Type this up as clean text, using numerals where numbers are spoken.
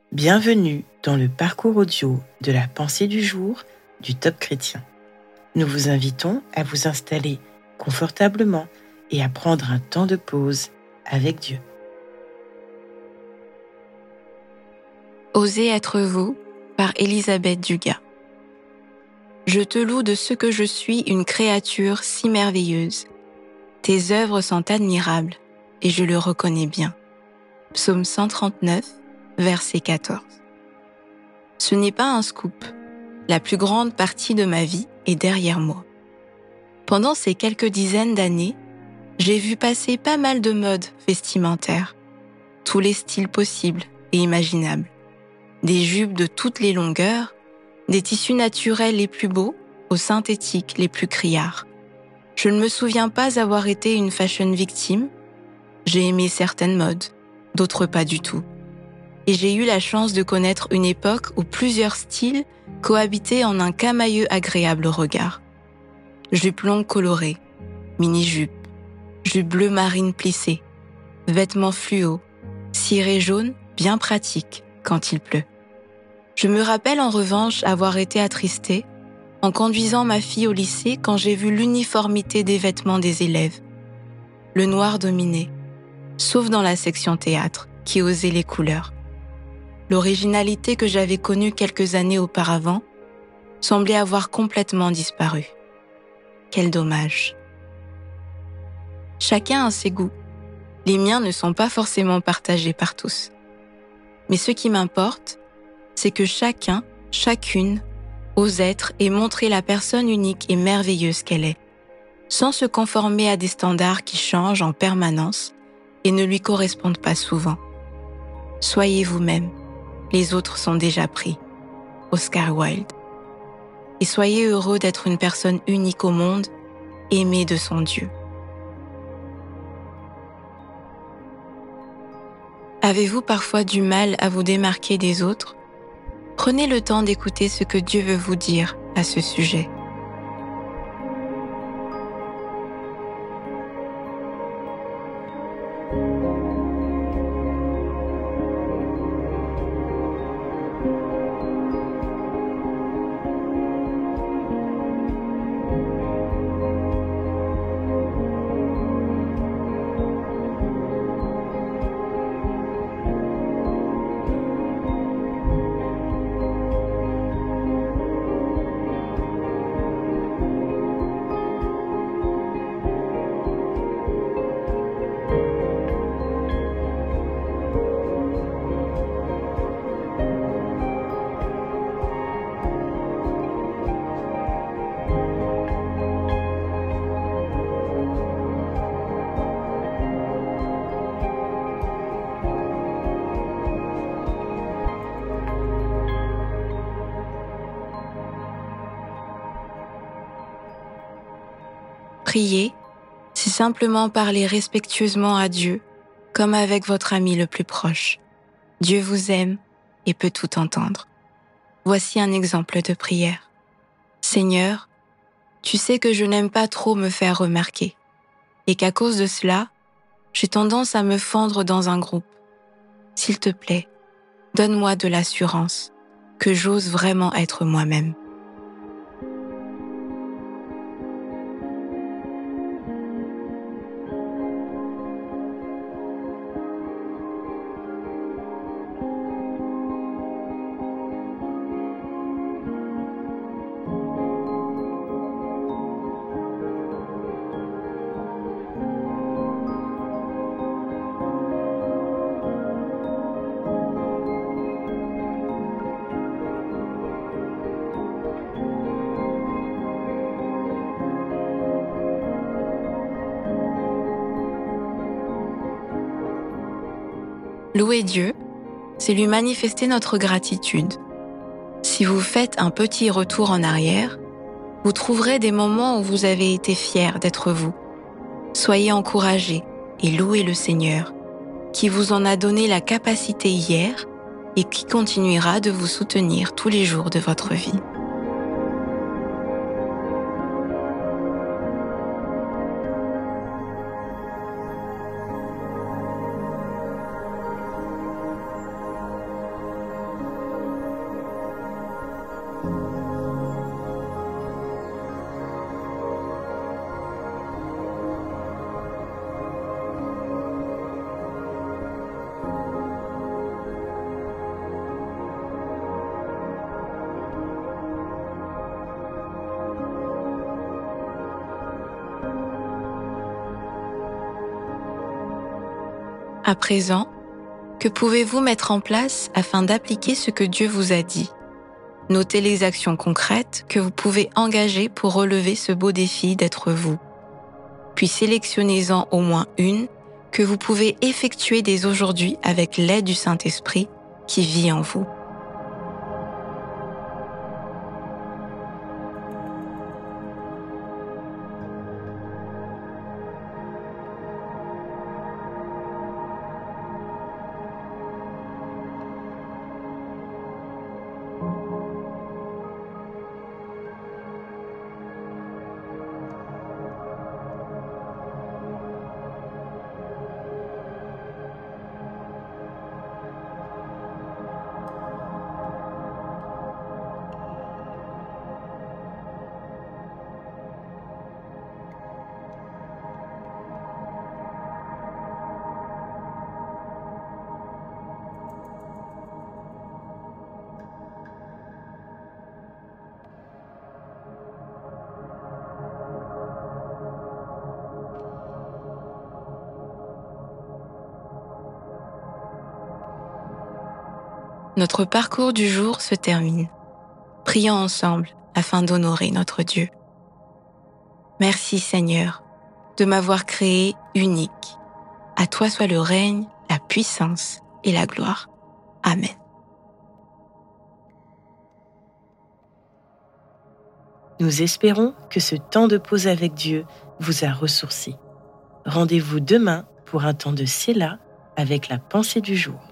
Bienvenue dans le parcours audio de la pensée du jour du Top Chrétien. Nous vous invitons à vous installer confortablement et à prendre un temps de pause avec Dieu. Osez être vous par Elisabeth Dugas. Je te loue de ce que je suis une créature si merveilleuse. Tes œuvres sont admirables et je le reconnais bien. Psaume 139, verset 14. Ce n'est pas un scoop. La plus grande partie de ma vie est derrière moi. Pendant ces quelques dizaines d'années, j'ai vu passer pas mal de modes vestimentaires, tous les styles possibles et imaginables. Des jupes de toutes les longueurs, des tissus naturels les plus beaux aux synthétiques les plus criards. Je ne me souviens pas avoir été une fashion victime. J'ai aimé certaines modes, d'autres pas du tout. Et j'ai eu la chance de connaître une époque où plusieurs styles cohabitaient en un camailleux agréable regard. Jupe longue colorée, mini-jupe, jupe bleu marine plissée, vêtements fluo, ciré jaune bien pratique quand il pleut. Je me rappelle en revanche avoir été attristée en conduisant ma fille au lycée quand j'ai vu l'uniformité des vêtements des élèves. Le noir dominait, sauf dans la section théâtre qui osait les couleurs. L'originalité que j'avais connue quelques années auparavant semblait avoir complètement disparu. Quel dommage. Chacun a ses goûts. Les miens ne sont pas forcément partagés par tous. Mais ce qui m'importe, c'est que chacun, chacune, ose être et montrer la personne unique et merveilleuse qu'elle est, sans se conformer à des standards qui changent en permanence et ne lui correspondent pas souvent. Soyez vous-même, les autres sont déjà pris. Oscar Wilde. Et soyez heureux d'être une personne unique au monde, aimée de son Dieu. Avez-vous parfois du mal à vous démarquer des autres ? Prenez le temps d'écouter ce que Dieu veut vous dire à ce sujet. Prier, c'est simplement parler respectueusement à Dieu, comme avec votre ami le plus proche. Dieu vous aime et peut tout entendre. Voici un exemple de prière. Seigneur, tu sais que je n'aime pas trop me faire remarquer et qu'à cause de cela, j'ai tendance à me fondre dans un groupe. S'il te plaît, donne-moi de l'assurance que j'ose vraiment être moi-même. Louer Dieu, c'est lui manifester notre gratitude. Si vous faites un petit retour en arrière, vous trouverez des moments où vous avez été fiers d'être vous. Soyez encouragés et louez le Seigneur, qui vous en a donné la capacité hier et qui continuera de vous soutenir tous les jours de votre vie. À présent, que pouvez-vous mettre en place afin d'appliquer ce que Dieu vous a dit ? Notez les actions concrètes que vous pouvez engager pour relever ce beau défi d'être vous. Puis sélectionnez-en au moins une que vous pouvez effectuer dès aujourd'hui avec l'aide du Saint-Esprit qui vit en vous. Notre parcours du jour se termine. Prions ensemble afin d'honorer notre Dieu. Merci Seigneur de m'avoir créé unique. À toi soit le règne, la puissance et la gloire. Amen. Nous espérons que ce temps de pause avec Dieu vous a ressourci. Rendez-vous demain pour un temps de Séla avec la pensée du jour.